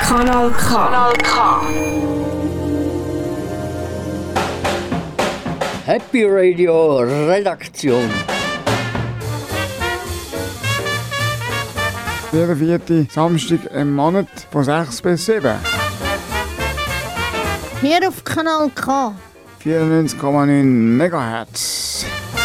Kanal K. Kanal K. Happy Radio Redaktion. Der 4. Samstag im Monat von 6 bis 7. Hier auf Kanal K. 94,9 MHz.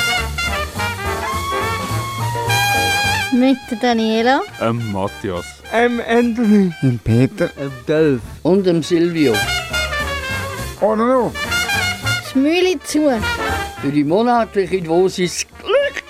Mit der Daniela. Matthias. Anthony. Peter. Delf. Und dem Silvio. Oder noch? Schmüli zu. Für die monatliche Dosis Glück.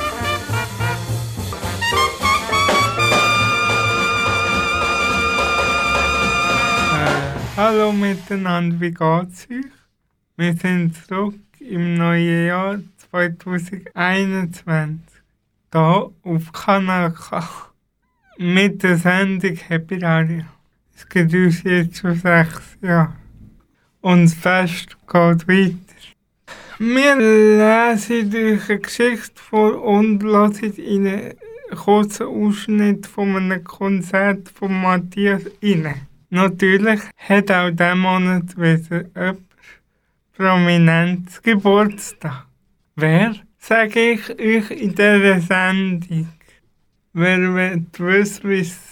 Hallo miteinander, wie geht's euch? Wir sind zurück im neuen Jahr 2021. Hier auf Kanal K. Mit der Sendung Happy Radio. Es gibt uns jetzt schon 6 Jahre. Und das Fest geht weiter. Wir lesen euch eine Geschichte vor und hören in einen kurzen Ausschnitt von einem Konzert von Matthias rein. Natürlich hat auch diesen Monat wieder jemand Prominentes Geburtstag. Wer, sage ich euch in dieser Sendung. Wer wird wissen, wie es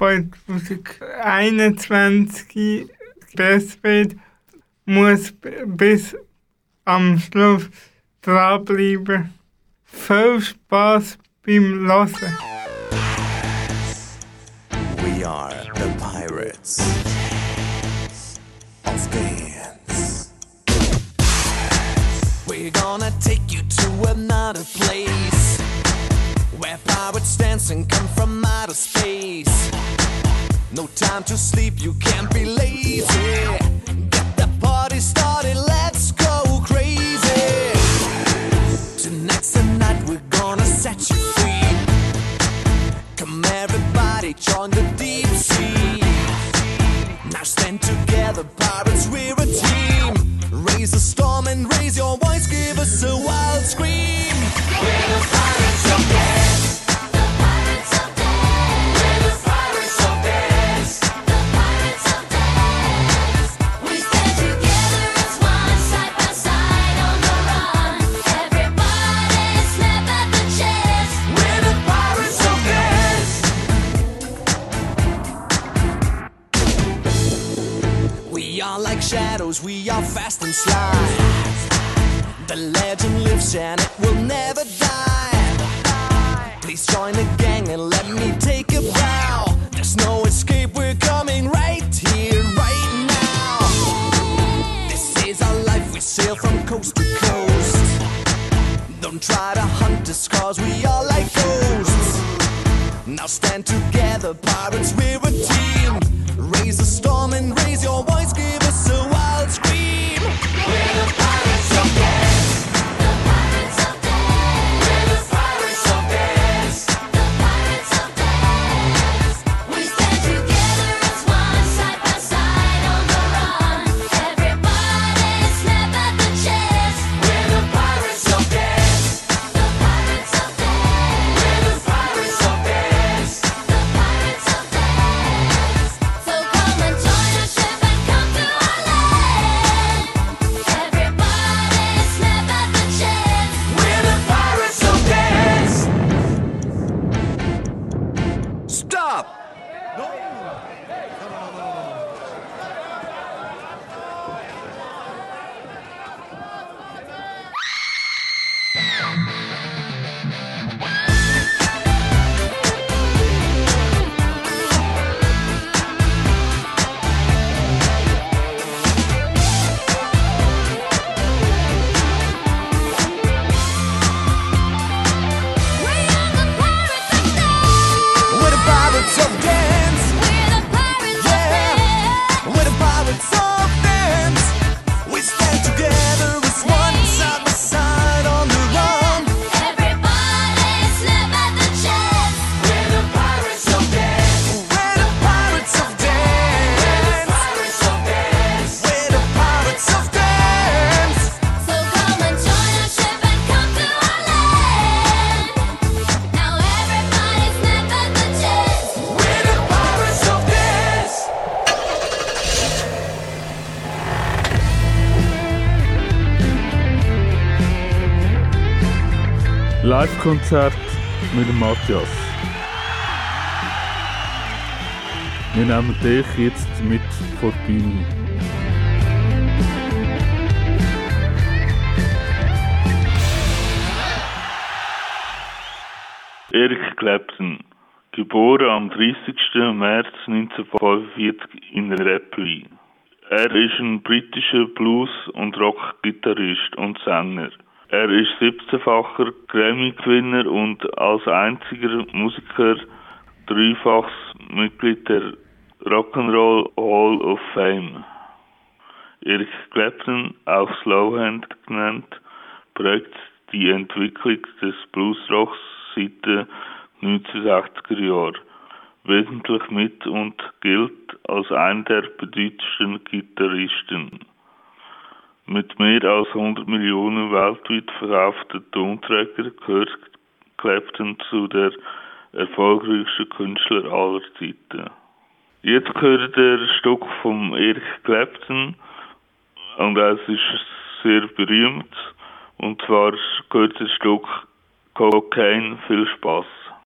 2021 besser wird, muss bis am Schluss dranbleiben. Viel Spaß beim Hören. We are the pirates of dance. We're gonna take you to another place where pirates dance and come from outer space. No time to sleep, you can't be lazy. Get the party started, let's go crazy. Tonight's the night we're gonna set you free. Come everybody, join the deep sea. Now stand together, pirates, we're a team. Raise the storm and raise your voice, give us a wild scream. We're the pirates of dance. The pirates of dance. We're the pirates of dance. The pirates of dance. We stand together as one, side by side on the run. Everybody snap at the chest. We're the pirates of dance. We are like shadows, we are fast and sly. The legend lives and it will never die. Please join the gang and let me take a bow. There's no escape, we're coming right here, right now. This is our life, we sail from coast to coast. Don't try to hunt us cause we are like ghosts. Now stand together, pirates, we're a team. Raise the storm and raise your voice, give us a wild scream. We're the pirates of dance. The pirates of dance. We're the pirates of dance. The pirates of dance. We stand together as one, side by side on the run. Everybody snap at the chest. We're the pirates of dance. The pirates of dance. We're the pirates of dance. The pirates of dance. So come and join our ship and come Live-Konzert mit dem Matthias. Wir nehmen dich jetzt mit vor die Bühne. Eric Clapton, geboren am 30. März 1945 in Rappery. Er ist ein britischer Blues- und Rock-Gitarrist und Sänger. Er ist 17-facher Grammy-Gewinner und als einziger Musiker dreifaches Mitglied der Rock'n'Roll Hall of Fame. Eric Clapton, auch Slowhand genannt, prägt die Entwicklung des Bluesrocks seit den 1960er Jahren wesentlich mit und gilt als einer der bedeutendsten Gitarristen. Mit mehr als 100 Millionen weltweit verkauften Tonträgern gehört Clapton zu der erfolgreichsten Künstler aller Zeiten. Jetzt gehört ein Stück von Eric Clapton und es ist sehr berühmt, und zwar gehört das Stück Cocaine. Viel Spaß.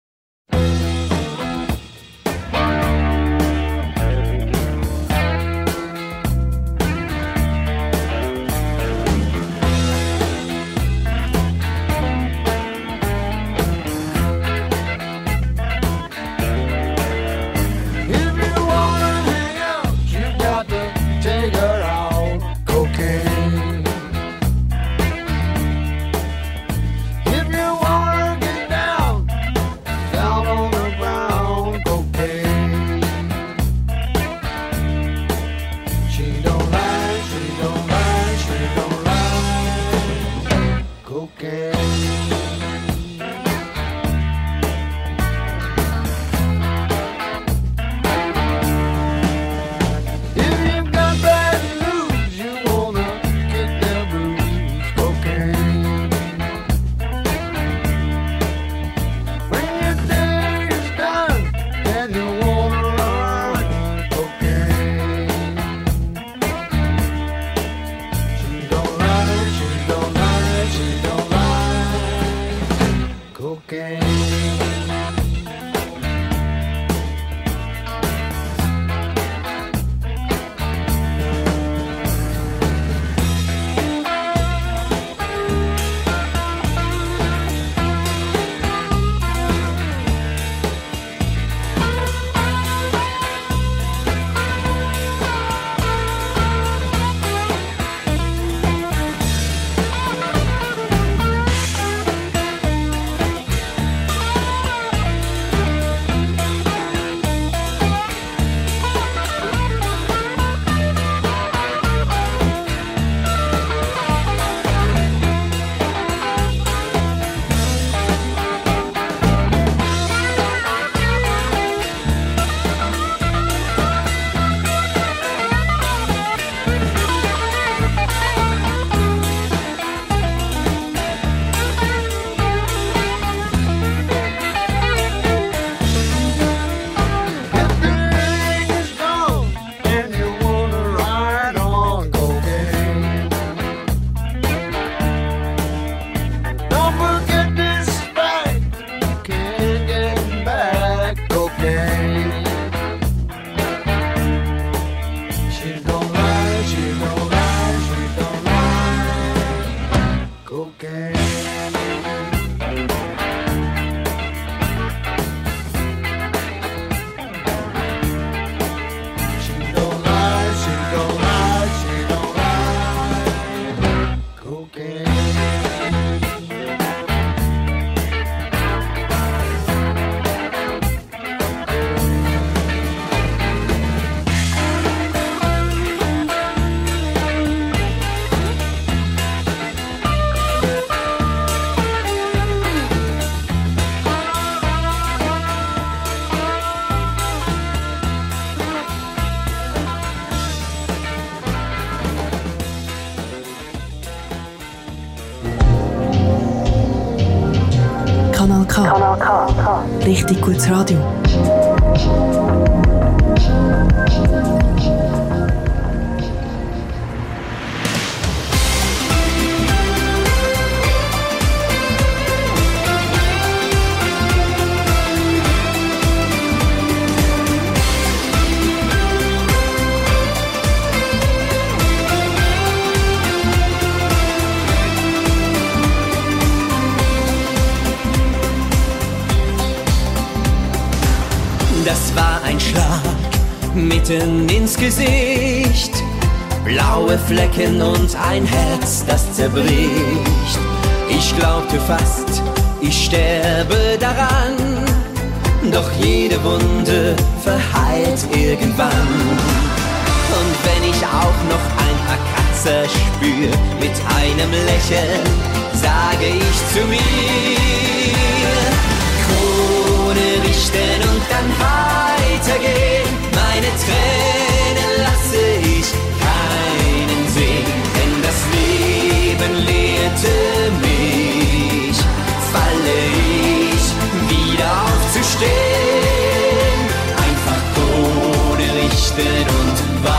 Kanal K. Richtig gutes Radio. Das war ein Schlag mitten ins Gesicht. Blaue Flecken und ein Herz, das zerbricht. Ich glaubte fast, ich sterbe daran. Doch jede Wunde verheilt irgendwann. Und wenn ich auch noch ein paar Kratzer spür, mit einem Lächeln sage ich zu mir: Krone richten und dann weitergehen. Meine Tränen lasse ich keinen sehen, denn das Leben lehrte mich, falle ich wieder aufzustehen, einfach Krone richten und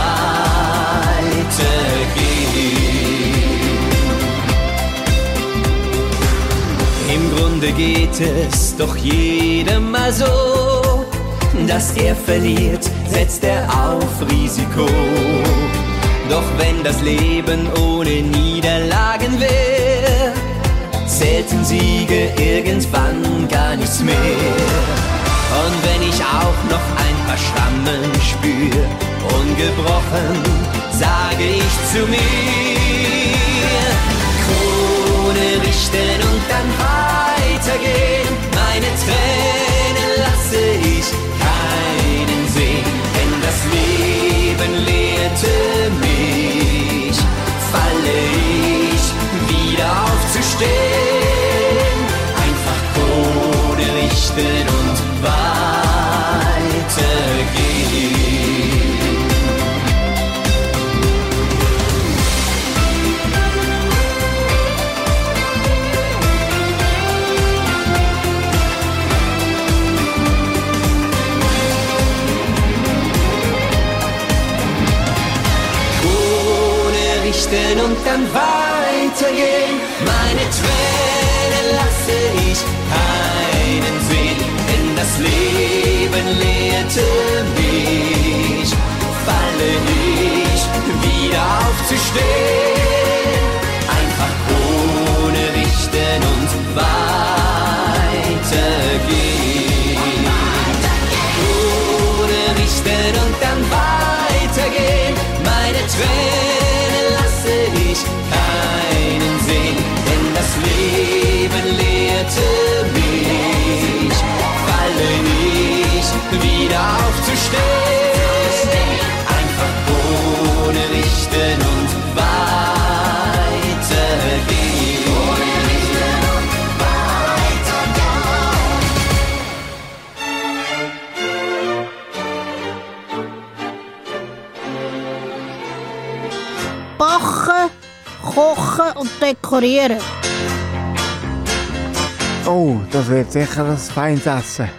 weitergehen. Im Grunde geht es doch jedem mal so, dass er verliert, setzt er auf Risiko. Doch wenn das Leben ohne Niederlagen wäre, zählten Siege irgendwann gar nichts mehr. Und wenn ich auch noch ein paar Schrammen spür, ungebrochen, sage ich zu mir: Krone richten und dann weitergehen. Meine Tränen lasse ich keinen sehen, denn das Leben lehrte mich, falle ich wieder aufzustehen, einfach Krone richten und weitergehen. Und dann weitergehen. Meine Tränen lasse ich keinen sehen, denn das Leben lehrte mich, falle ich wieder aufzustehen, einfach Krone richten und weitergehen. Krone richten und dann weitergehen. Meine Tränen lasse ich keinen sehen, denn das Leben lehrte mich, falle nicht wieder aufzustehen, einfach Krone richten und weitergehen. Krone richten und weitergehen. Backen, kochen und dekorieren. Oh, das wird sicher ein feines Essen.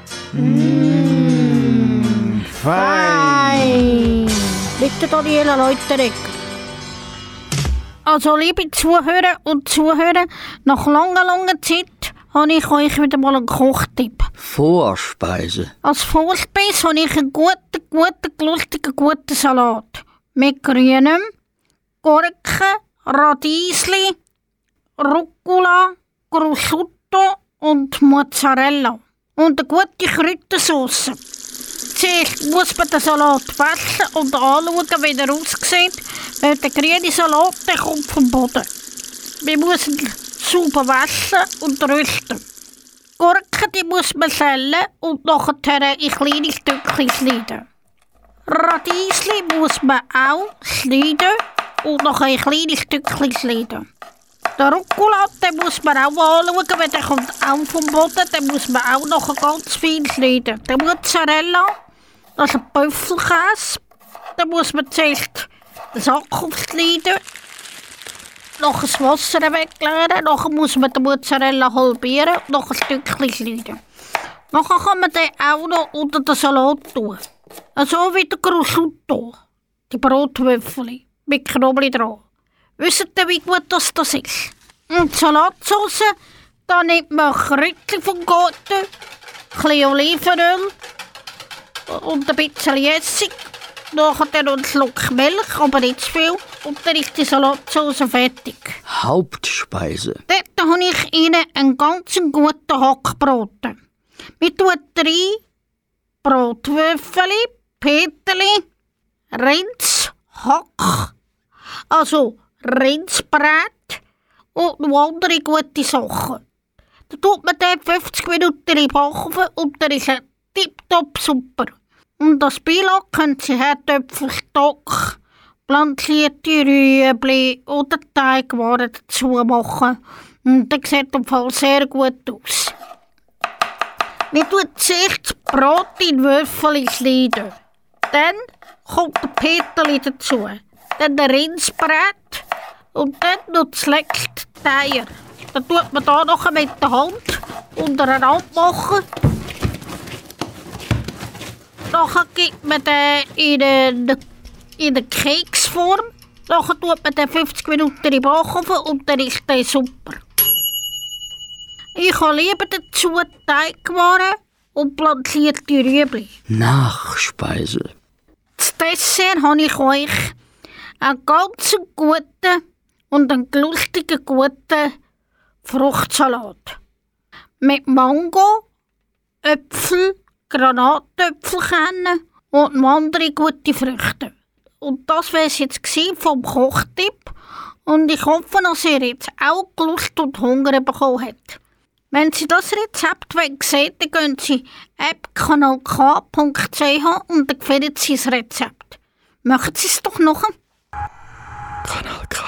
Fein! Bitte Daniela Leuteregger. Also, liebe Zuhörer und Zuhörer, nach langer Zeit habe ich euch wieder mal einen Kochtipp. Vorspeise. Als Vorspeise habe ich einen guten Salat. Mit Grünem, Gurken, Radiesli, Rucola, Prosciutto und Mozzarella. Und eine gute Kräutersauce. Zuerst muss man den Salat waschen und anschauen, wie er aussieht, weil der grüne Salat der kommt vom Boden. Wir müssen sauber waschen und rösten. Die Gurken die muss man schälen und nachher in kleine Stückchen schneiden. Radiesli muss man auch schneiden und nachher in kleine Stückchen schneiden. Den Rucola den muss man auch anschauen, weil der kommt auch vom Boden. Den muss man auch noch ganz viel schneiden. Der Mozzarella, das ist ein Büffelkäse. Da muss man zuerst den Sack aufschneiden, nachher das Wasser wegleeren, nachher muss man den Mozzarella halbieren und noch ein Stückchen schneiden. Nachher kann man den auch noch unter den Salat tun. So wie der Prosciutto, die Brotwürfel mit Knoblauch dran. Wisst ihr, wie gut das ist? Und die Salatsauce, da nimmt man Kräutchen vom Garten, ein bisschen Olivenöl und ein bisschen Essig. Nachher dann noch einen Schluck Milch, aber nicht zu viel. Und dann ist die Salatsauce fertig. Hauptspeise. Dort habe ich Ihnen einen ganz guten Hackbraten. Wir tun rein Brotwürfeli, Peterli, Rindshack, also Rindsbrät und noch andere gute Sachen. Da tut man dann 50 Minuten in den Backofen und dann ist er tipptopp super. Und als Beilage können Sie Herdöpfel, Stock, blanchierte Rüebli oder Teigwaren dazu machen. Und das sieht im Fall sehr gut aus. Man tut zuerst das Brot in Würfel schneiden. Dann kommt der Peterli dazu. Dann der Rindsbrät und dann noch das leckte Eier. Dann tut man da noch mit der Hand untereinander machen. Dann gibt man den in eine Keksform. Dann tut man den 50 Minuten in den Backofen und dann ist der super. Ich habe lieber dazu Teigwaren und blanchierte Rüebli. Nachspeise. Das Dessert habe ich euch einen ganz guten und einen lustigen guten Fruchtsalat. Mit Mango, Äpfel, Granatäpfelkernen und noch andere gute Früchte. Und das war es jetzt vom Kochtipp. Und ich hoffe, dass ihr jetzt auch Lust und Hunger bekommen habt. Wenn Sie das Rezept sehen, dann gehen Sie appkanalk.ch und dann finden Sie das Rezept. Möchten Sie es doch noch? Kanal K.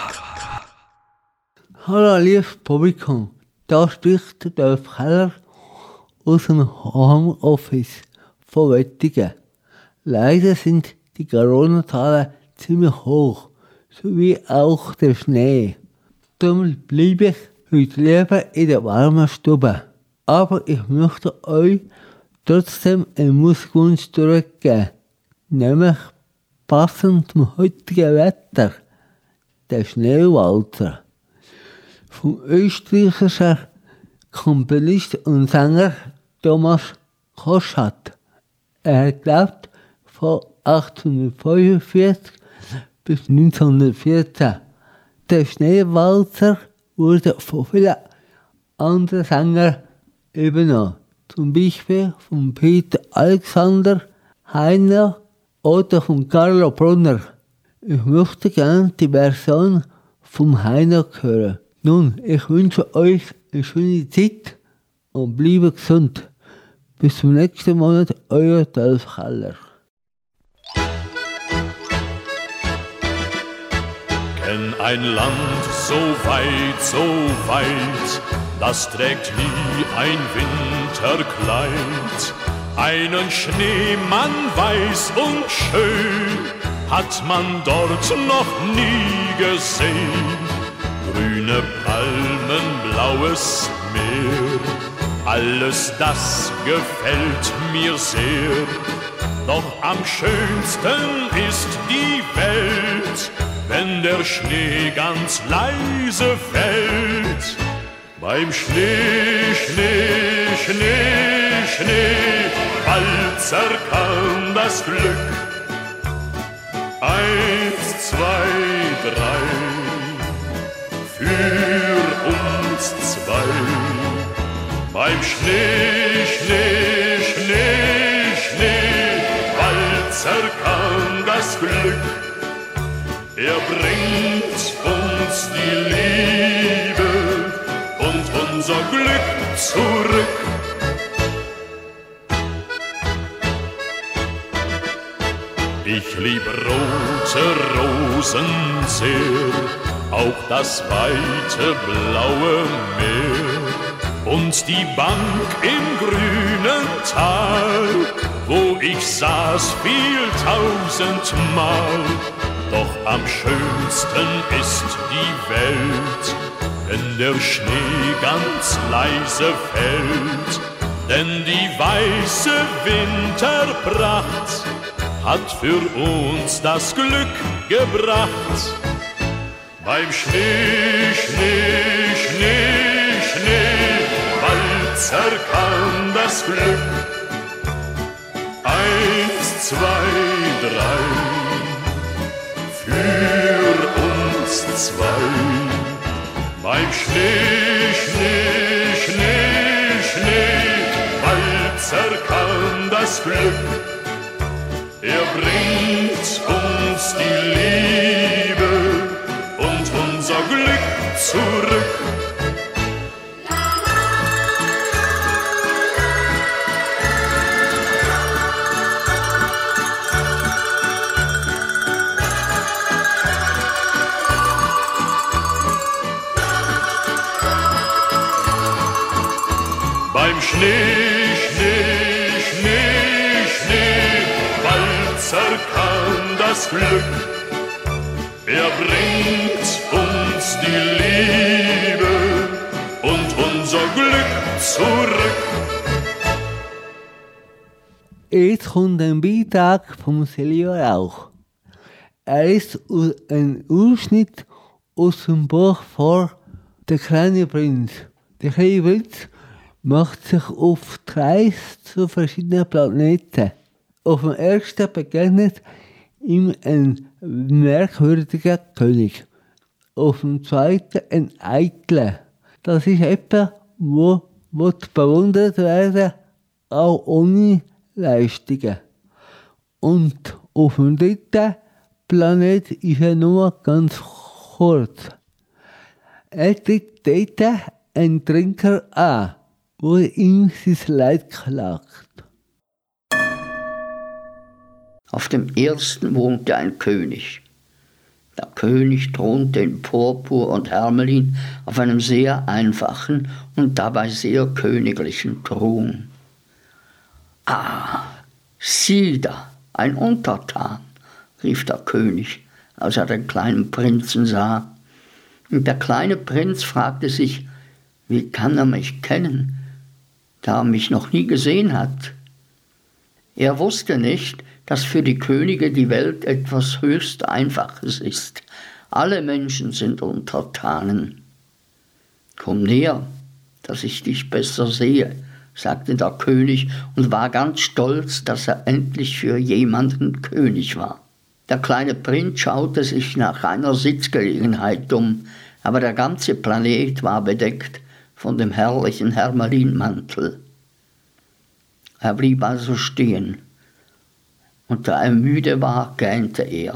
Hallo liebes Publikum, da spricht der Dolf Keller aus dem Homeoffice von Wettingen. Leider sind die Corona-Zahlen ziemlich hoch, sowie auch der Schnee. Darum bleibe ich heute lieber in der warmen Stube. Aber ich möchte euch trotzdem einen Musikwunsch zurückgeben, nämlich passend zum heutigen Wetter, der Schneewalzer. Vom österreichischen Komponist und Sänger Thomas Koschat. Er lebt von 1845 bis 1914. Der Schneewalzer wurde von vielen anderen Sängern übernommen. Zum Beispiel von Peter Alexander Heiner oder von Carlo Brunner. Ich möchte gerne die Version vom Heiner hören. Nun, ich wünsche euch eine schöne Zeit und bleibe gesund. Bis zum nächsten Monat, euer Dolf Keller. Kenn ein Land so weit, das trägt nie ein Winterkleid. Einen Schneemann weiß und schön hat man dort noch nie gesehen. Grüne Palmen, blaues Meer, alles das gefällt mir sehr. Doch am schönsten ist die Welt, wenn der Schnee ganz leise fällt. Beim Schnee, Schnee, Schnee, Schnee, Walzer kam das Glück. 1, 2, 3, für uns zwei. Beim Schnee, Schnee, Schnee, Schnee, Walzer kam das Glück. Er bringt uns die Liebe und unser Glück zurück. Ich lieb rote Rosen sehr, auch das weite blaue Meer und die Bank im grünen Tal, wo ich saß viel tausendmal. Doch am schönsten ist die Welt, wenn der Schnee ganz leise fällt. Denn die weiße Winterpracht hat für uns das Glück gebracht. Beim Schnee, Schnee, Schnee, Schnee, Walzer kam das Glück. 1, 2, 3, für uns zwei. Beim Schnee, Schnee, Schnee, Schnee, Walzer Walzer kann das Glück. Er bringt uns die Liebe und unser Glück zurück. Beim Schnee, Schnee, Schnee, Schnee, Walzer kann das Glück. Er bringt uns die Liebe und unser Glück zurück. Jetzt kommt ein Beitrag vom Silvio Rauch. Er ist ein Ausschnitt aus dem Buch vor Der kleine Prinz. Der kleine Prinz macht sich auf die Reise zu verschiedenen Planeten. Auf dem ersten begegnet ihm ein merkwürdiger König. Auf dem zweiten ein Eitler. Das ist jemand, der bewundert werden, auch ohne Leistungen. Und auf dem dritten Planet ist er nur ganz kurz. Er tritt dort einen Trinker an, wo ihm sein Leid klagt. Auf dem ersten wohnte ein König. Der König thronte in Purpur und Hermelin auf einem sehr einfachen und dabei sehr königlichen Thron. »Ah, sieh da, ein Untertan«, rief der König, als er den kleinen Prinzen sah. Und der kleine Prinz fragte sich, wie kann er mich kennen, da er mich noch nie gesehen hat? Er wusste nicht, dass für die Könige die Welt etwas höchst Einfaches ist. Alle Menschen sind Untertanen. »Komm näher, dass ich dich besser sehe«, sagte der König und war ganz stolz, dass er endlich für jemanden König war. Der kleine Prinz schaute sich nach einer Sitzgelegenheit um, aber der ganze Planet war bedeckt von dem herrlichen Hermelinmantel. Er blieb also stehen, und da er müde war, gähnte er.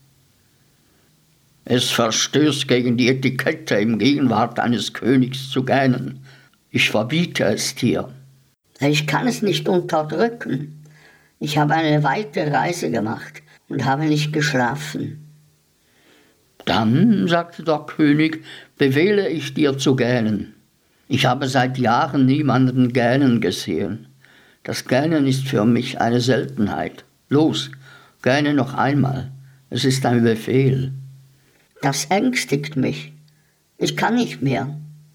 »Es verstößt gegen die Etikette, im Gegenwart eines Königs zu gähnen. Ich verbiete es dir.« »Ich kann es nicht unterdrücken. Ich habe eine weite Reise gemacht und habe nicht geschlafen.« »Dann«, sagte der König, »befehle ich dir zu gähnen. Ich habe seit Jahren niemanden gähnen gesehen. Das Gähnen ist für mich eine Seltenheit. Los, gähne noch einmal. Es ist ein Befehl.« »Das ängstigt mich. Ich kann nicht mehr.«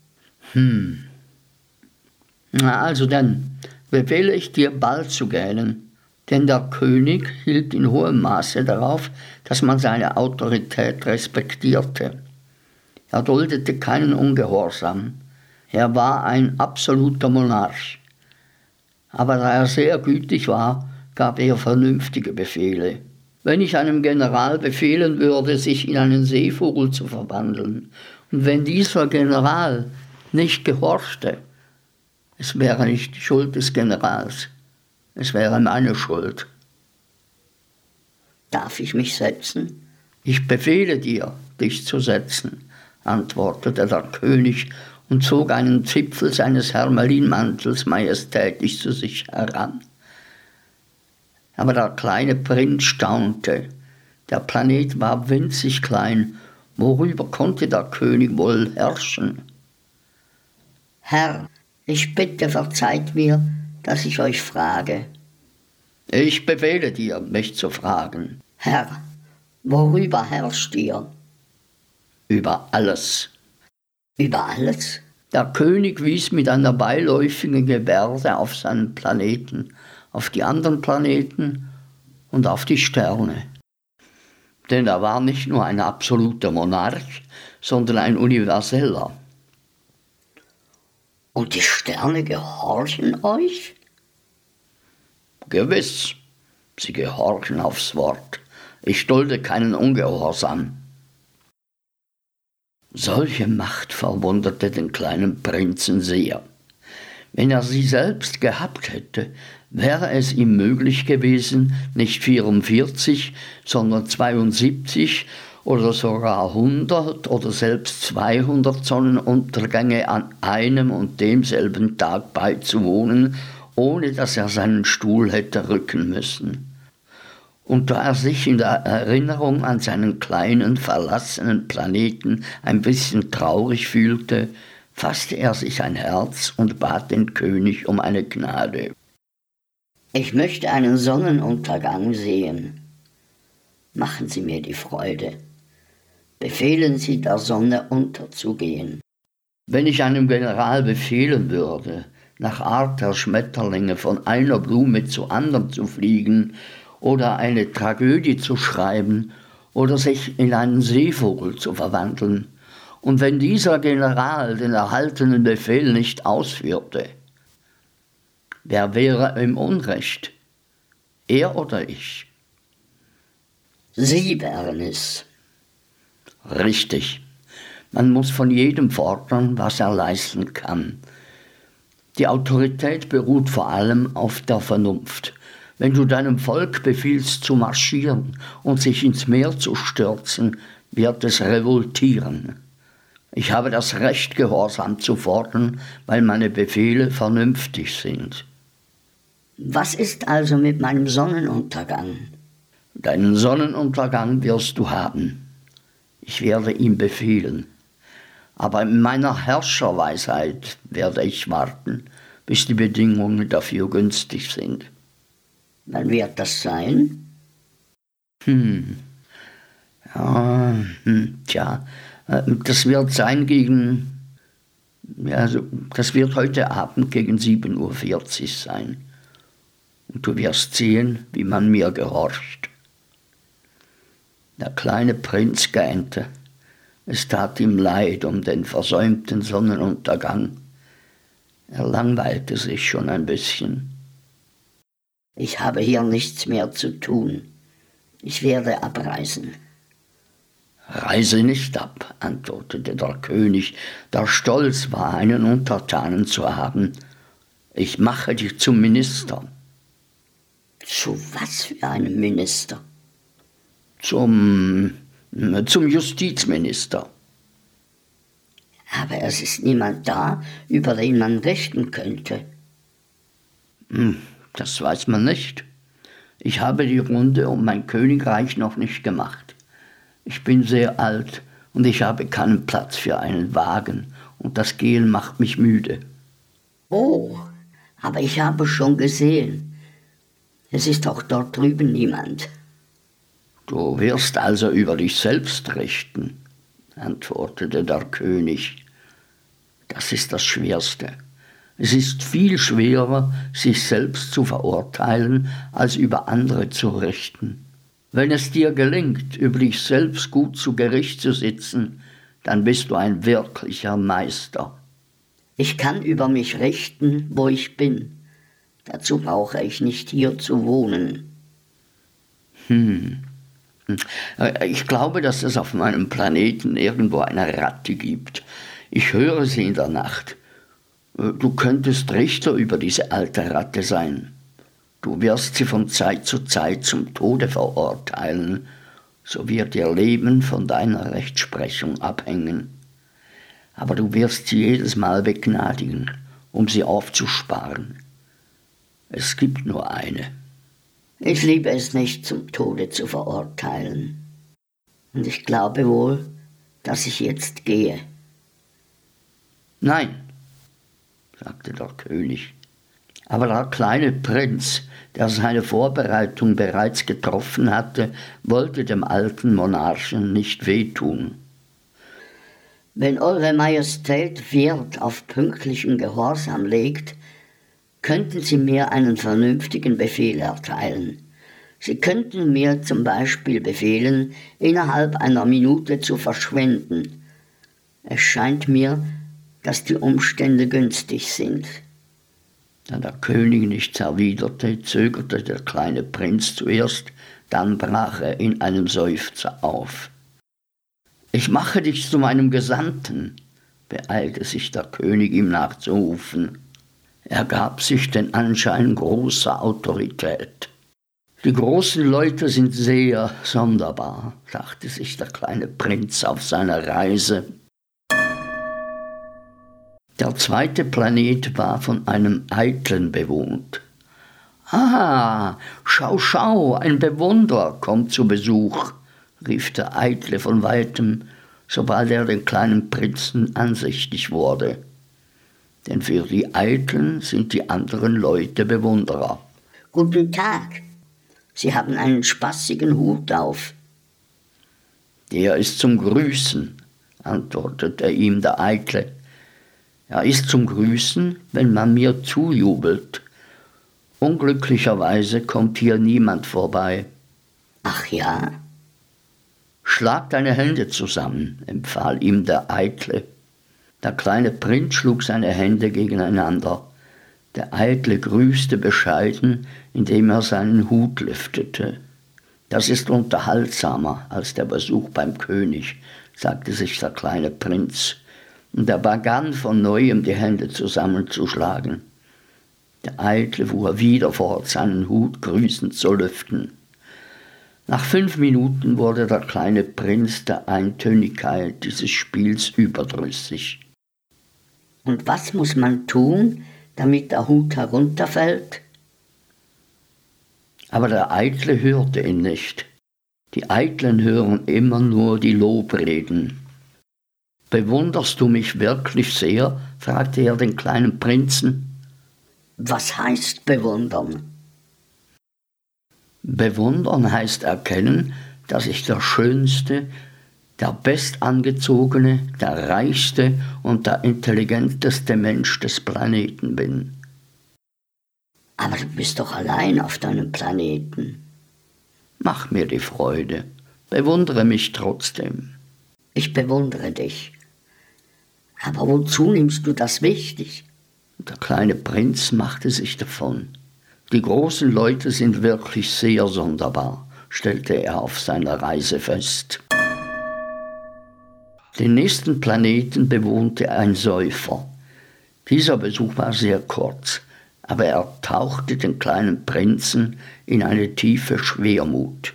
»Na also dann, befehle ich dir bald zu gähnen.« Denn der König hielt in hohem Maße darauf, dass man seine Autorität respektierte. Er duldete keinen Ungehorsam. Er war ein absoluter Monarch. Aber da er sehr gütig war, gab er vernünftige Befehle. Wenn ich einem General befehlen würde, sich in einen Seevogel zu verwandeln, und wenn dieser General nicht gehorchte, es wäre nicht die Schuld des Generals, es wäre meine Schuld. »Darf ich mich setzen?« »Ich befehle dir, dich zu setzen«, antwortete der König und zog einen Zipfel seines Hermelinmantels majestätisch zu sich heran. Aber der kleine Prinz staunte. Der Planet war winzig klein. Worüber konnte der König wohl herrschen? »Herr, ich bitte, verzeiht mir, dass ich euch frage.« »Ich befehle dir, mich zu fragen.« »Herr, worüber herrscht ihr?« »Über alles.« »Über alles?« Der König wies mit einer beiläufigen Gebärde auf seinen Planeten, auf die anderen Planeten und auf die Sterne. Denn er war nicht nur ein absoluter Monarch, sondern ein universeller. »Und die Sterne gehorchen euch?« »Gewiss, sie gehorchen aufs Wort. Ich dulde keinen Ungehorsam.« Solche Macht verwunderte den kleinen Prinzen sehr. Wenn er sie selbst gehabt hätte, wäre es ihm möglich gewesen, nicht 44, sondern 72 oder sogar 100 oder selbst 200 Sonnenuntergänge an einem und demselben Tag beizuwohnen, ohne dass er seinen Stuhl hätte rücken müssen. Und da er sich in der Erinnerung an seinen kleinen, verlassenen Planeten ein bisschen traurig fühlte, fasste er sich ein Herz und bat den König um eine Gnade. Ich möchte einen Sonnenuntergang sehen. Machen Sie mir die Freude. Befehlen Sie der Sonne unterzugehen. Wenn ich einem General befehlen würde, nach Art der Schmetterlinge von einer Blume zu anderen zu fliegen oder eine Tragödie zu schreiben oder sich in einen Seevogel zu verwandeln, und wenn dieser General den erhaltenen Befehl nicht ausführte, wer wäre im Unrecht? Er oder ich? Sie wären es. Richtig. Man muss von jedem fordern, was er leisten kann. Die Autorität beruht vor allem auf der Vernunft. Wenn du deinem Volk befiehlst zu marschieren und sich ins Meer zu stürzen, wird es revoltieren. Ich habe das Recht, Gehorsam zu fordern, weil meine Befehle vernünftig sind. Was ist also mit meinem Sonnenuntergang? Deinen Sonnenuntergang wirst du haben. Ich werde ihm befehlen. Aber in meiner Herrscherweisheit werde ich warten, bis die Bedingungen dafür günstig sind. Wann wird das sein? Das wird sein das wird heute Abend gegen 7:40 Uhr sein. Und du wirst sehen, wie man mir gehorcht. Der kleine Prinz gähnte. Es tat ihm leid um den versäumten Sonnenuntergang. Er langweilte sich schon ein bisschen. Ich habe hier nichts mehr zu tun. Ich werde abreisen. Reise nicht ab, antwortete der König, der stolz war, einen Untertanen zu haben. Ich mache dich zum Minister. Zu was für einem Minister? Zum Justizminister. Aber es ist niemand da, über den man richten könnte. Das weiß man nicht. Ich habe die Runde um mein Königreich noch nicht gemacht. Ich bin sehr alt und ich habe keinen Platz für einen Wagen und das Gehen macht mich müde. Oh, aber ich habe schon gesehen. Es ist auch dort drüben niemand. Du wirst also über dich selbst richten, antwortete der König. Das ist das Schwerste. Es ist viel schwerer, sich selbst zu verurteilen, als über andere zu richten. Wenn es dir gelingt, über dich selbst gut zu Gericht zu sitzen, dann bist du ein wirklicher Meister. Ich kann über mich richten, wo ich bin. Dazu brauche ich nicht hier zu wohnen. Ich glaube, dass es auf meinem Planeten irgendwo eine Ratte gibt. Ich höre sie in der Nacht. Du könntest Richter über diese alte Ratte sein. Du wirst sie von Zeit zu Zeit zum Tode verurteilen, so wird ihr Leben von deiner Rechtsprechung abhängen. Aber du wirst sie jedes Mal begnadigen, um sie aufzusparen. Es gibt nur eine. Ich liebe es nicht, zum Tode zu verurteilen. Und ich glaube wohl, dass ich jetzt gehe. Nein, sagte der König. Aber der kleine Prinz, der seine Vorbereitung bereits getroffen hatte, wollte dem alten Monarchen nicht wehtun. Wenn Eure Majestät Wert auf pünktlichen Gehorsam legt, könnten Sie mir einen vernünftigen Befehl erteilen. Sie könnten mir zum Beispiel befehlen, innerhalb einer Minute zu verschwinden. Es scheint mir, dass die Umstände günstig sind. Da der König nichts erwiderte, zögerte der kleine Prinz zuerst, dann brach er in einem Seufzer auf. »Ich mache dich zu meinem Gesandten«, beeilte sich der König, ihm nachzurufen. Er gab sich den Anschein großer Autorität. Die großen Leute sind sehr sonderbar, dachte sich der kleine Prinz auf seiner Reise. Der zweite Planet war von einem Eitlen bewohnt. »Ah, schau, ein Bewunderer kommt zu Besuch«, rief der Eitle von weitem, sobald er den kleinen Prinzen ansichtig wurde. Denn für die Eitlen sind die anderen Leute Bewunderer. »Guten Tag, Sie haben einen spaßigen Hut auf.« »Der ist zum Grüßen«, antwortete ihm der Eitle. »Er ist zum Grüßen, wenn man mir zujubelt. Unglücklicherweise kommt hier niemand vorbei.« »Ach ja?« »Schlag deine Hände zusammen«, empfahl ihm der Eitle. Der kleine Prinz schlug seine Hände gegeneinander. Der Eitle grüßte bescheiden, indem er seinen Hut lüftete. »Das ist unterhaltsamer als der Besuch beim König«, sagte sich der kleine Prinz. Und er begann von neuem die Hände zusammenzuschlagen. Der Eitle fuhr wieder fort, seinen Hut grüßend zu lüften. Nach 5 Minuten wurde der kleine Prinz der Eintönigkeit dieses Spiels überdrüssig. »Und was muss man tun, damit der Hut herunterfällt?« Aber der Eitle hörte ihn nicht. Die Eitlen hören immer nur die Lobreden. »Bewunderst du mich wirklich sehr?« fragte er den kleinen Prinzen. »Was heißt bewundern?« »Bewundern heißt erkennen, dass ich der Schönste, der bestangezogene, der reichste und der intelligenteste Mensch des Planeten bin.« »Aber du bist doch allein auf deinem Planeten.« »Mach mir die Freude, bewundere mich trotzdem.« »Ich bewundere dich. Aber wozu nimmst du das wichtig?« Der kleine Prinz machte sich davon. Die großen Leute sind wirklich sehr sonderbar, stellte er auf seiner Reise fest. Den nächsten Planeten bewohnte ein Säufer. Dieser Besuch war sehr kurz, aber er tauchte den kleinen Prinzen in eine tiefe Schwermut.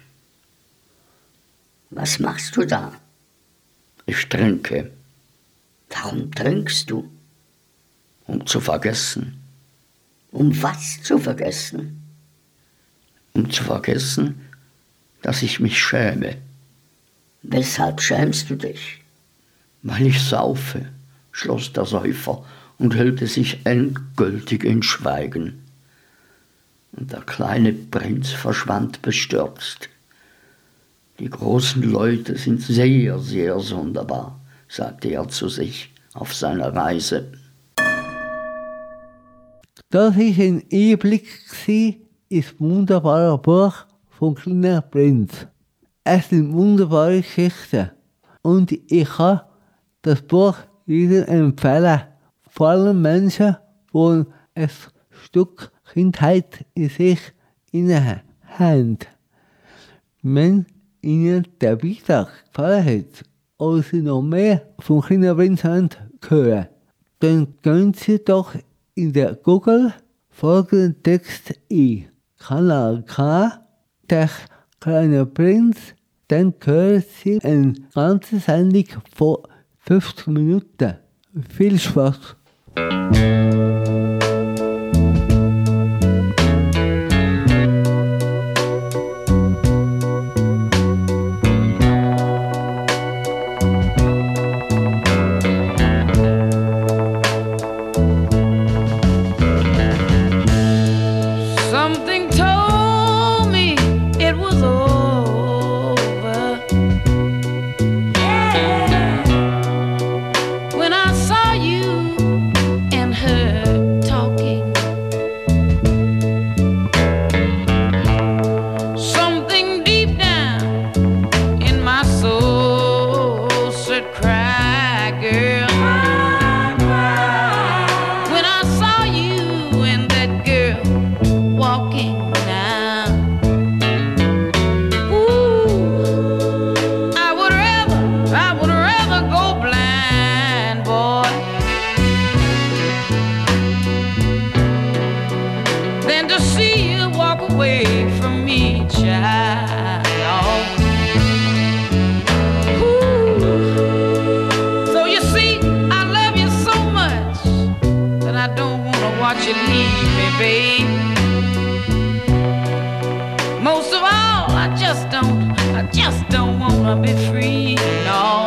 »Was machst du da?« »Ich trinke.« »Warum trinkst du?« »Um zu vergessen.« »Um was zu vergessen?« »Um zu vergessen, dass ich mich schäme.« »Weshalb schämst du dich?« »Weil ich saufe«, schloss der Säufer und hüllte sich endgültig in Schweigen. Und der kleine Prinz verschwand bestürzt. »Die großen Leute sind sehr, sehr sonderbar«, sagte er zu sich auf seiner Reise. Das war ein Einblick ins wunderbare Buch vom kleinen Prinz. Es sind wunderbare Geschichten und ich kann das Buch jedem empfehlen, vor allem Menschen, die ein Stück Kindheit in sich haben. Wenn Ihnen der Beitrag gefallen hat oder Sie noch mehr vom kleinen Prinz hören, dann gehen Sie doch in der Google folgenden Text ein. Kanal K, der kleine Prinz, dann hören Sie eine ganze Sendung von 50 Minuten. Viel Spaß! away from me, child. So you see, I love you so much that I don't wanna watch you leave me, babe. Most of all, I just don't wanna be free, no.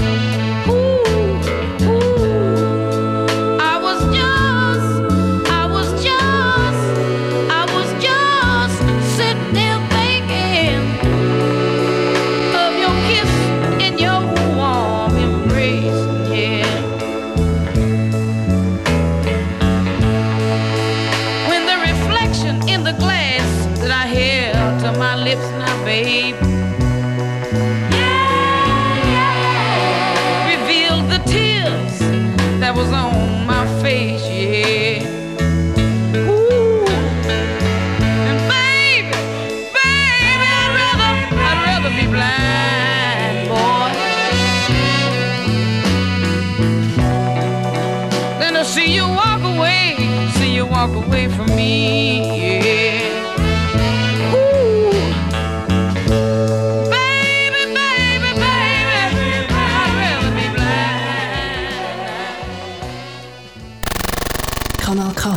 Walk away from me, yeah. Ooh. Baby, baby, baby, I'd rather be blind. Kanal K.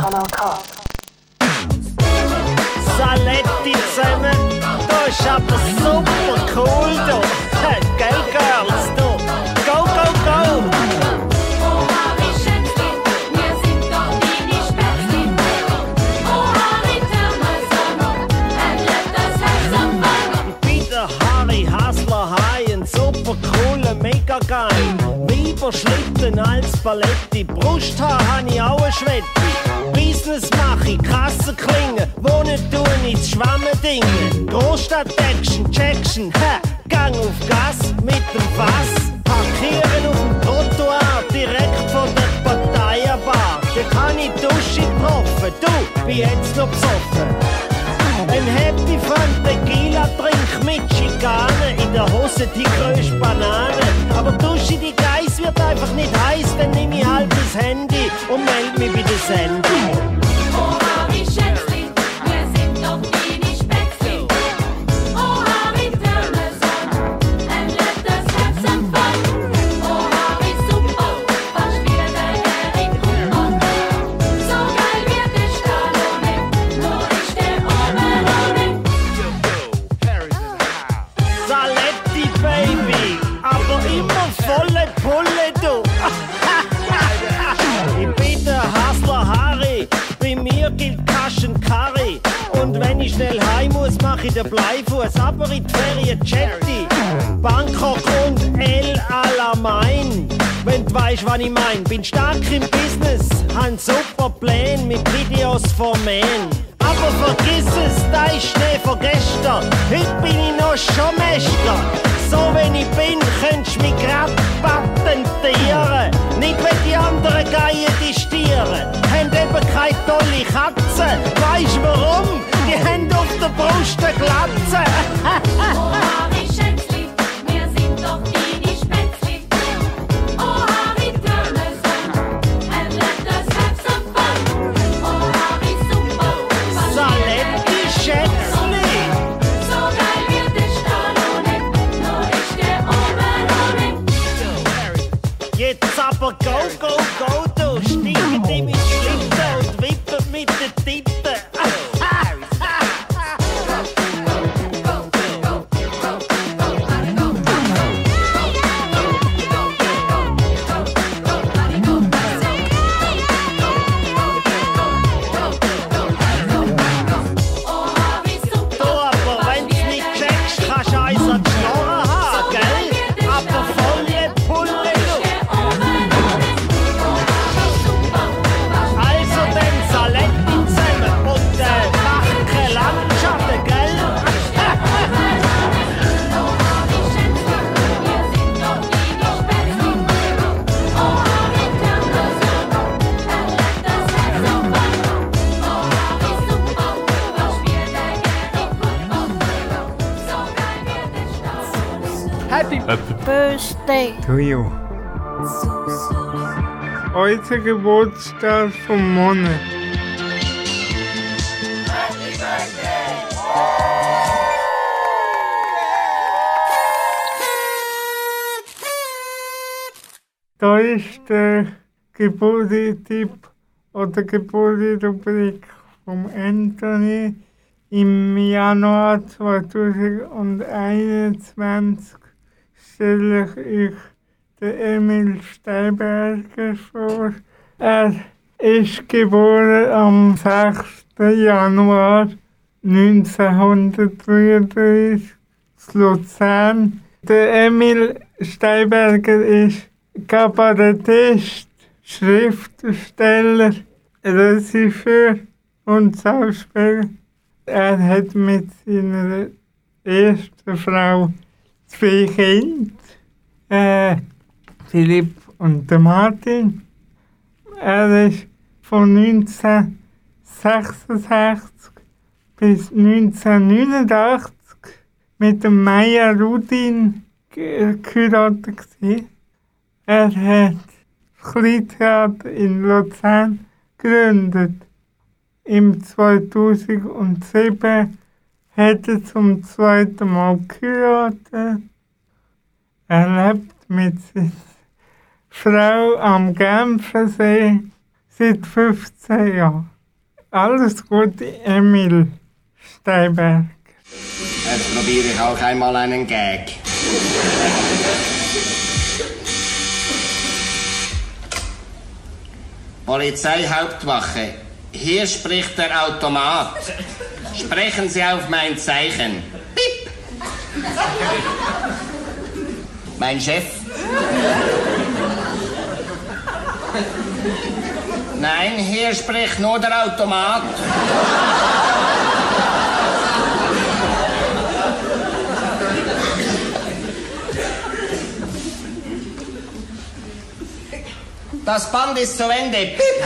Saletti zusammen, da ist aber super cool, da. Gell, Girls, da. Go, go, go! Mega geil, Weiberschlitten als Paletti, Brusthaar han ich auch ein Schwetti. Business mach ich, Kassenklingen, wohnen tun ins Schwammendingen. Großstadt-Action, Jackson, Gang auf Gas mit dem Fass. Parkieren auf dem Trottoir, direkt vor der Parteienbar. Da kann ich Dusche getroffen, du, bin jetzt noch besoffen. Ein Happy von Tequila-Trink mit Schikane, in der Hose die größte Banane. Aber Dusche die Geiss wird einfach nicht heiß, dann nehm ich halt das Handy und meld mich bei der Sendung. Oh Harry Schätzli, wir sind doch wenig Spätzli. Oh Harry Thermeson, and let us have some fun. Oh Harry super, was spielt der Erik Huhn? So geil wird der Stallone, nur ich der Oberone. Saletti Baby, aber immer volle Pulle, du. Ich bin der Hustler Harry, bei mir gilt Kaschen Curry. Und wenn ich schnell heim muss, mach ich den Bleifuß, aber in die Ferien Jetty. Bangkok und El Alamein, wenn du weisst, was ich mein. Bin stark im Business, han super Pläne mit Videos vom Man. Aber vergiss es, da ist Schnee von gestern, heute bin ich noch schon Meister. So wenn ich bin, könntest du mich grad patentieren. Nicht wenn die anderen Geien die Stiere. Haben eben keine tolle Katze. Weisst warum? Die haben auf der Brust eine Glatze. Oh Harry Schätzli, wir sind doch wenig Spätzli. Oh Harry Thermeson, and let us have some fun. Oh Harry super, was Saletti Schätzli. So geil wird der Stallone, nur ich der Oberone. Jetzt aber go, go, go, du. Steigen die mit Schlitten und wippen mit den Titten. Happy Birthday to you. Heute Geburtstag vom Monat. Happy Birthday! Da ist der Geburtstipp oder Geburtsrubrik von Anthony. Im Januar 2021 stelle ich euch den Emil Steinberger vor. Er ist geboren am 6. Januar 1933 in Luzern. Der Emil Steinberger ist Kabarettist, Schriftsteller, Regisseur und Schauspieler. Er hat mit seiner ersten Frau 2 Kinder, Philipp und Martin. Er ist von 1966 bis 1989 mit dem Meier Rudin geheiratet. Er hat das Kleintheater in Luzern gegründet. Im 2007 hat er zum 2. Mal geheiratet. Er lebt mit seiner Frau am Genfersee seit 15 Jahren. Alles Gute, Emil Steinberg. Jetzt probiere ich auch einmal einen Gag. Polizeihauptwache, hier spricht der Automat. Sprechen Sie auf mein Zeichen. Piep! Mein Chef? Nein, hier spricht nur der Automat. Das Band ist zu Ende. Piep!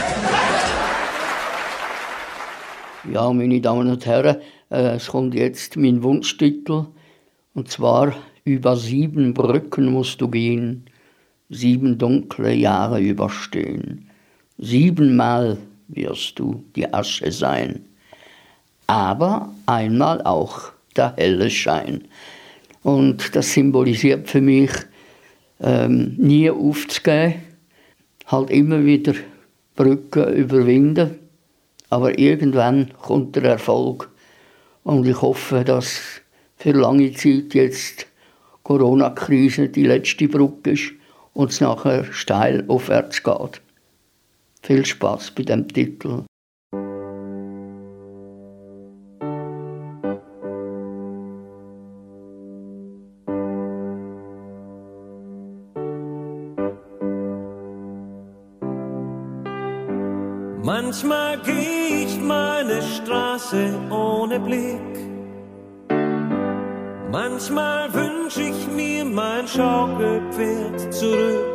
Ja, meine Damen und Herren, es kommt jetzt mein Wunschtitel. Und zwar: Über 7 Brücken musst du gehen, 7 dunkle Jahre überstehen. 7-mal wirst du die Asche sein, aber einmal auch der helle Schein. Und das symbolisiert für mich, nie aufzugeben, halt immer wieder Brücken überwinden, aber irgendwann kommt der Erfolg. Und ich hoffe, dass für lange Zeit jetzt die Corona-Krise die letzte Brücke ist und es nachher steil aufwärts geht. Viel Spaß bei dem Titel. Manchmal geh ich meine Straße ohne Blick. Manchmal wünsch ich mir mein Schaukelpferd zurück.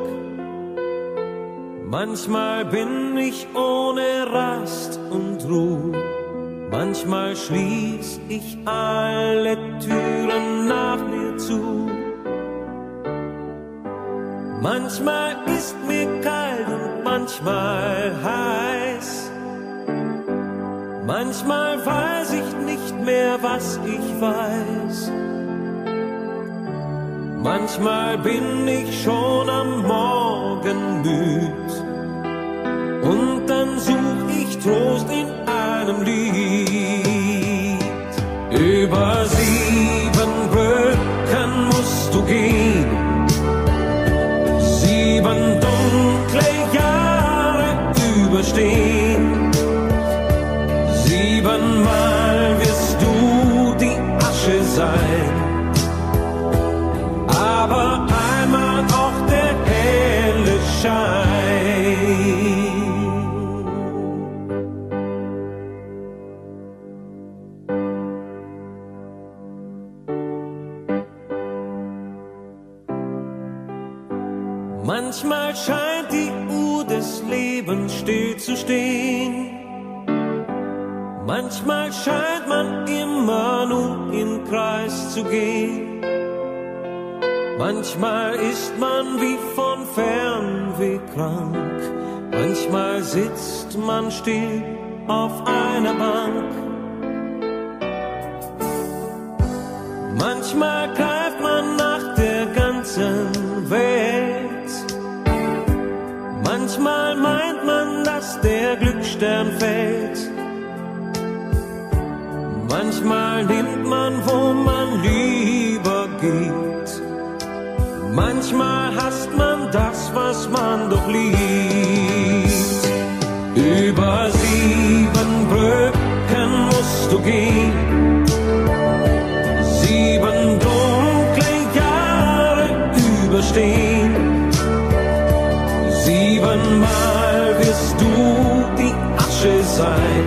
Manchmal bin ich ohne Rast und Ruhe. Manchmal schließ ich alle Türen nach mir zu. Manchmal ist mir kalt und manchmal heiß. Manchmal weiß ich nicht mehr, was ich weiß. Manchmal bin ich schon am Morgen müd und dann such ich Trost in einem Lied. Über 7 Brücken musst du gehen, 7 dunkle Jahre überstehen. 7-mal wirst du die Asche sein, aber einmal auch der helle Schein. Manchmal scheint die Uhr des Lebens still zu stehen. Manchmal scheint man immer nur im Kreis zu gehen. Manchmal ist man wie von Fernweh krank. Manchmal sitzt man still auf einer Bank. Manchmal greift man nach der ganzen Welt. fällt. Manchmal nimmt man, wo man lieber geht. Manchmal hasst man das, was man doch liebt. Über 7 Brücken musst du gehen, 7 dunkle Jahre überstehen. 7-mal wirst du die Asche sein,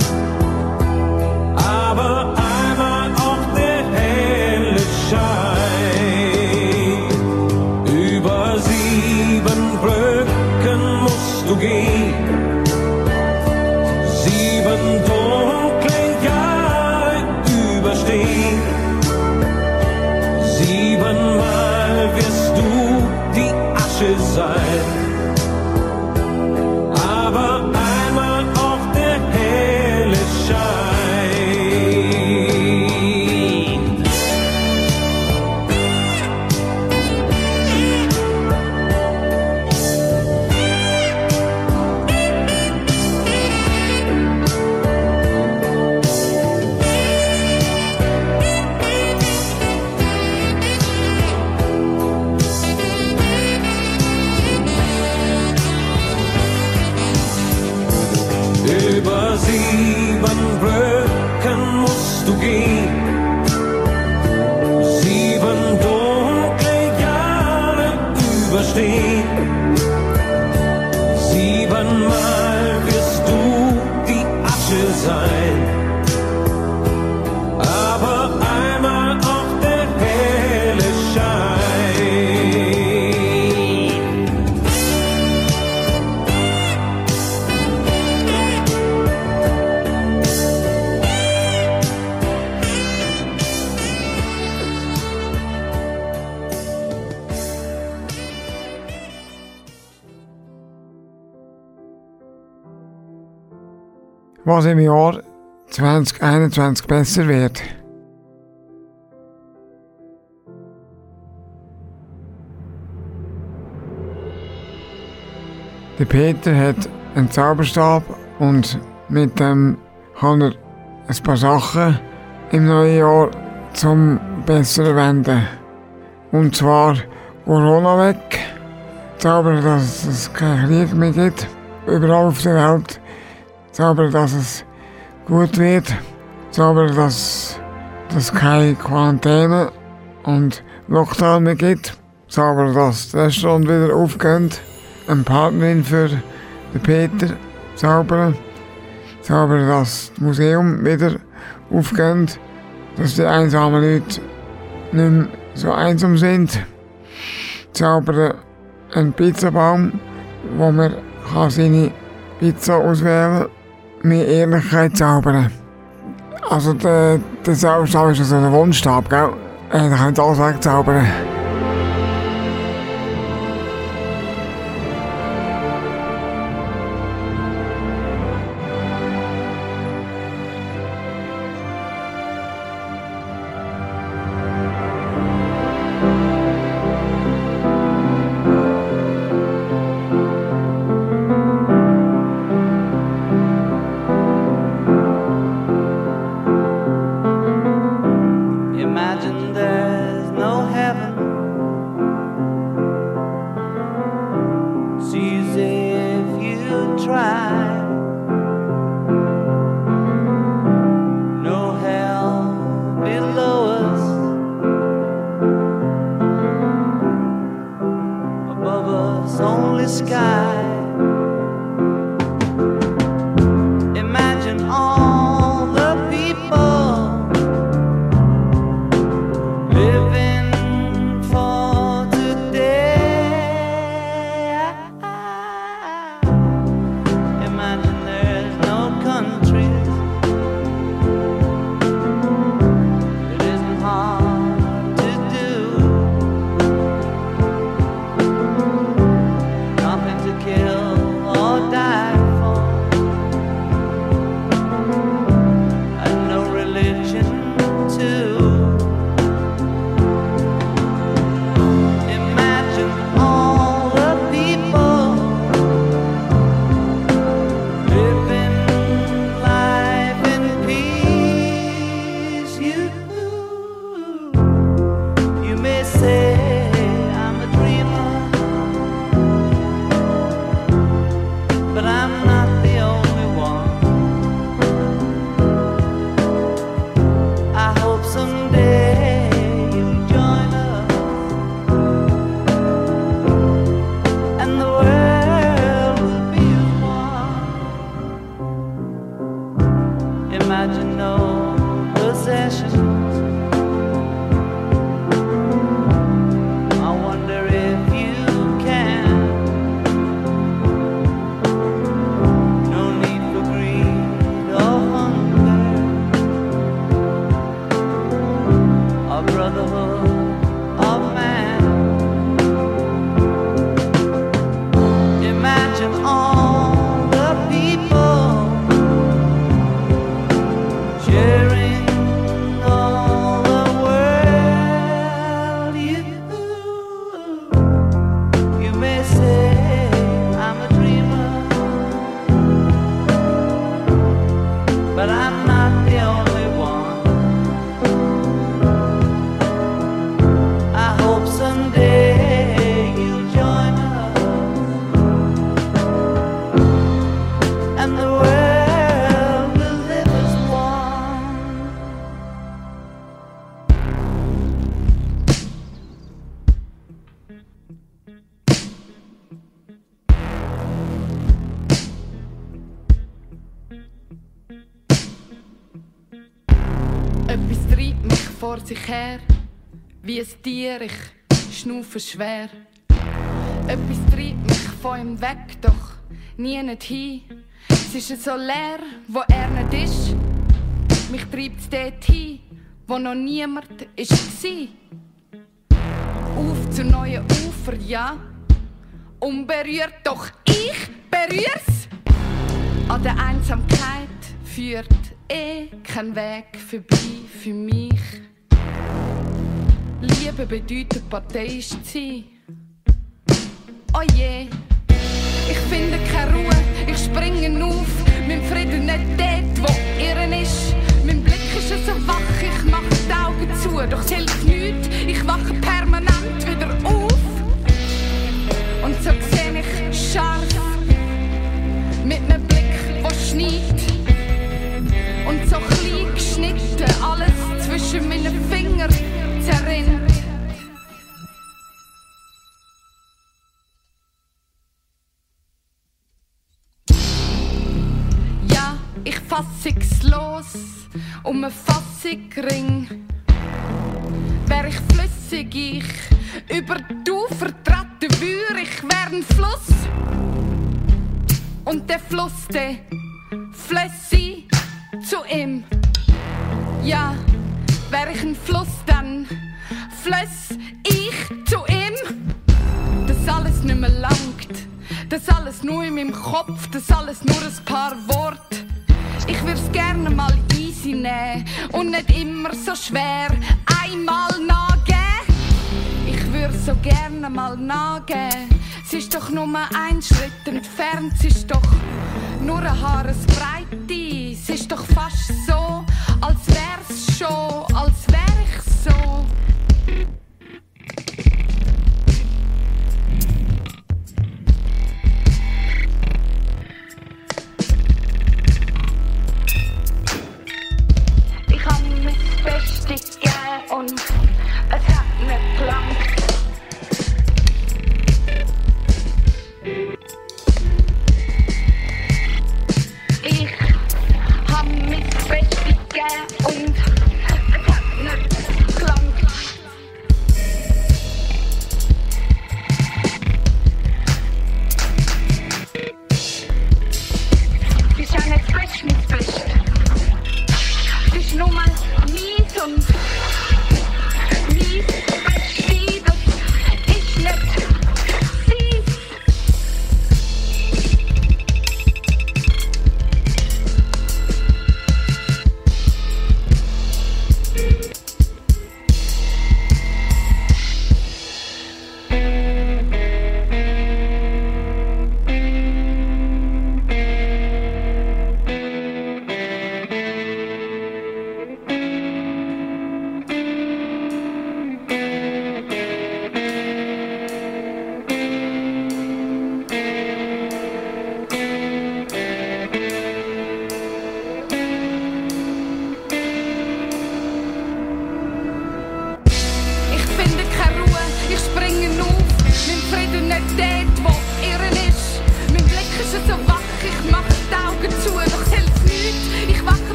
aber einmal auch der helle Schein. Über 7 Brücken musst du gehen, 7 dunkle Jahre überstehen. 7-mal wirst du die Asche sein, aber einmal auch der helle Schein. Über 7 Brücken musst du gehen, 7 dunkle Jahre überstehen. 7-mal wirst du die Asche sein, aber einmal auch der helle Schein. Was im Jahr 2021 besser wird. Der Peter hat einen Zauberstab und mit dem kann er ein paar Sachen im neuen Jahr zum Besseren wenden. Und zwar Corona weg, zaubern, dass es keinen Krieg mehr gibt, überall auf der Welt. Zaubern, dass es gut wird. Zaubern, dass es keine Quarantäne und Lockdown mehr gibt. Zaubern, dass das Restaurant wieder aufgeht. Eine Partnerin für den Peter. Zaubern. Zaubern, dass das Museum wieder aufgeht. Dass die einsamen Leute nicht mehr so einsam sind. Zaubern einen Pizzabaum, wo man seine Pizza auswählen kann. Mehr Ehrlichkeit zaubern. Also der Zauberstab ist so ein Wunschstab, gell? Da könnt ihr alles wegzaubern. Imagine there's no heaven imagine no possessions. I wonder if you can. No need for greed or hunger, or brotherhood of man. Imagine all the people sharing all the world. You may say I'm a dreamer, but I'm not the only one. I hope someday you'll join us, and the world will live as one. Etwas treibt mich vor sich her, wie ein Tier, ich schnaufe schwer. Etwas treibt mich von ihm weg, doch nie nicht hin. Es ist so leer, wo er nicht ist. Mich treibt es dort hin, wo noch niemand war. Auf zu neuen Ufer, ja. Unberührt, doch ich berühr's. An der Einsamkeit führt kein Weg vorbei für mich. Liebe bedeutet parteiisch zu sein. Oh je, ich finde keine Ruhe, ich springe auf. Mein Frieden nicht dort, wo irren ist. Mein Blick ist so wach, ich mach die Augen zu, doch es hilft nichts. Ich wache permanent wieder auf. Und so seh ich scharf, mit nem Blick, der schneit. Und so klein geschnitten, alles zwischen meinen Fingern zerrinnt. Ja, ich fassungslos um eine Fassung ring. Wär ich flüssig, ich über die Ufer treten würde, ich wär ein Fluss. Und der Fluss, der flösse zu ihm. Ja, wär ich ein Fluss, dann flöss ich zu ihm. Das alles nicht mehr langt, das alles nur in meinem Kopf, das alles nur ein paar Worte. Ich würd's gerne mal easy nehmen und nicht immer so schwer einmal nachgeben. Ich würd so gerne mal nachgeben. Es ist doch nur ein Schritt entfernt, es ist doch nur eine Haaresbreite. Es ist doch fast so, als wär's schon, als wär ich so. Ich hab mir das Beste gegeben und es hat nicht gelangt. Ich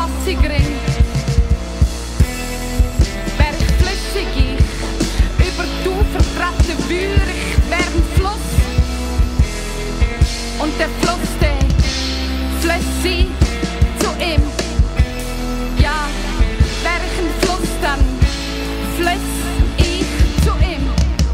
Wasser gering. Wär ich flüssig, ich über die Ufer treten würde, ich wär ein Fluss. Und der Fluss, der flössi zu ihm. Ja, wär ich ein Fluss, dann flöss ich zu ihm.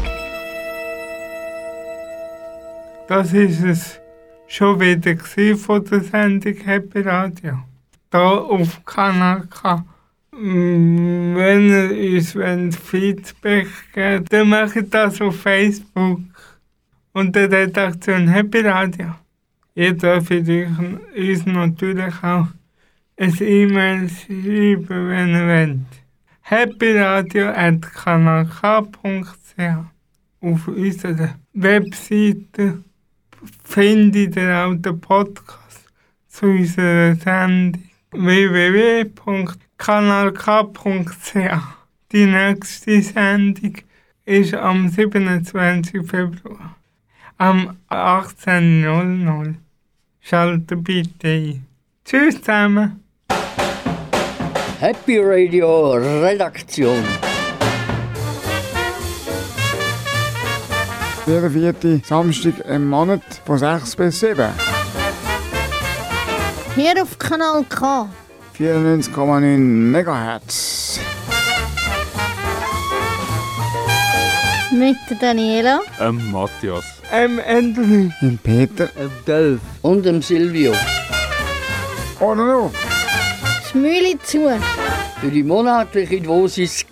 Das ist es schon wieder von der Sendung Happy Radio. Hier auf Kanal K. Wenn ihr uns Feedback gebt, dann macht das auf Facebook unter der Redaktion Happy Radio. Ihr dürft uns natürlich auch ein E-Mail schreiben, wenn ihr wollt. happyradio@kanalk.ch. Auf unserer Webseite findet ihr auch den Podcast zu unserer Sendung www.kanalk.ch. Die nächste Sendung ist am 27. Februar, am 18:00. Schaltet bitte ein. Tschüss zusammen. Happy Radio Redaktion. Jeden 4. Samstag im Monat von 6 bis 7. Hier auf Kanal K. 94,9 MHz. Mit der Daniela. Matthias. Anthony. Dem Peter. Dolph. Und dem Silvio. Oder noch? Schmüli zu. Für die monatliche Dosis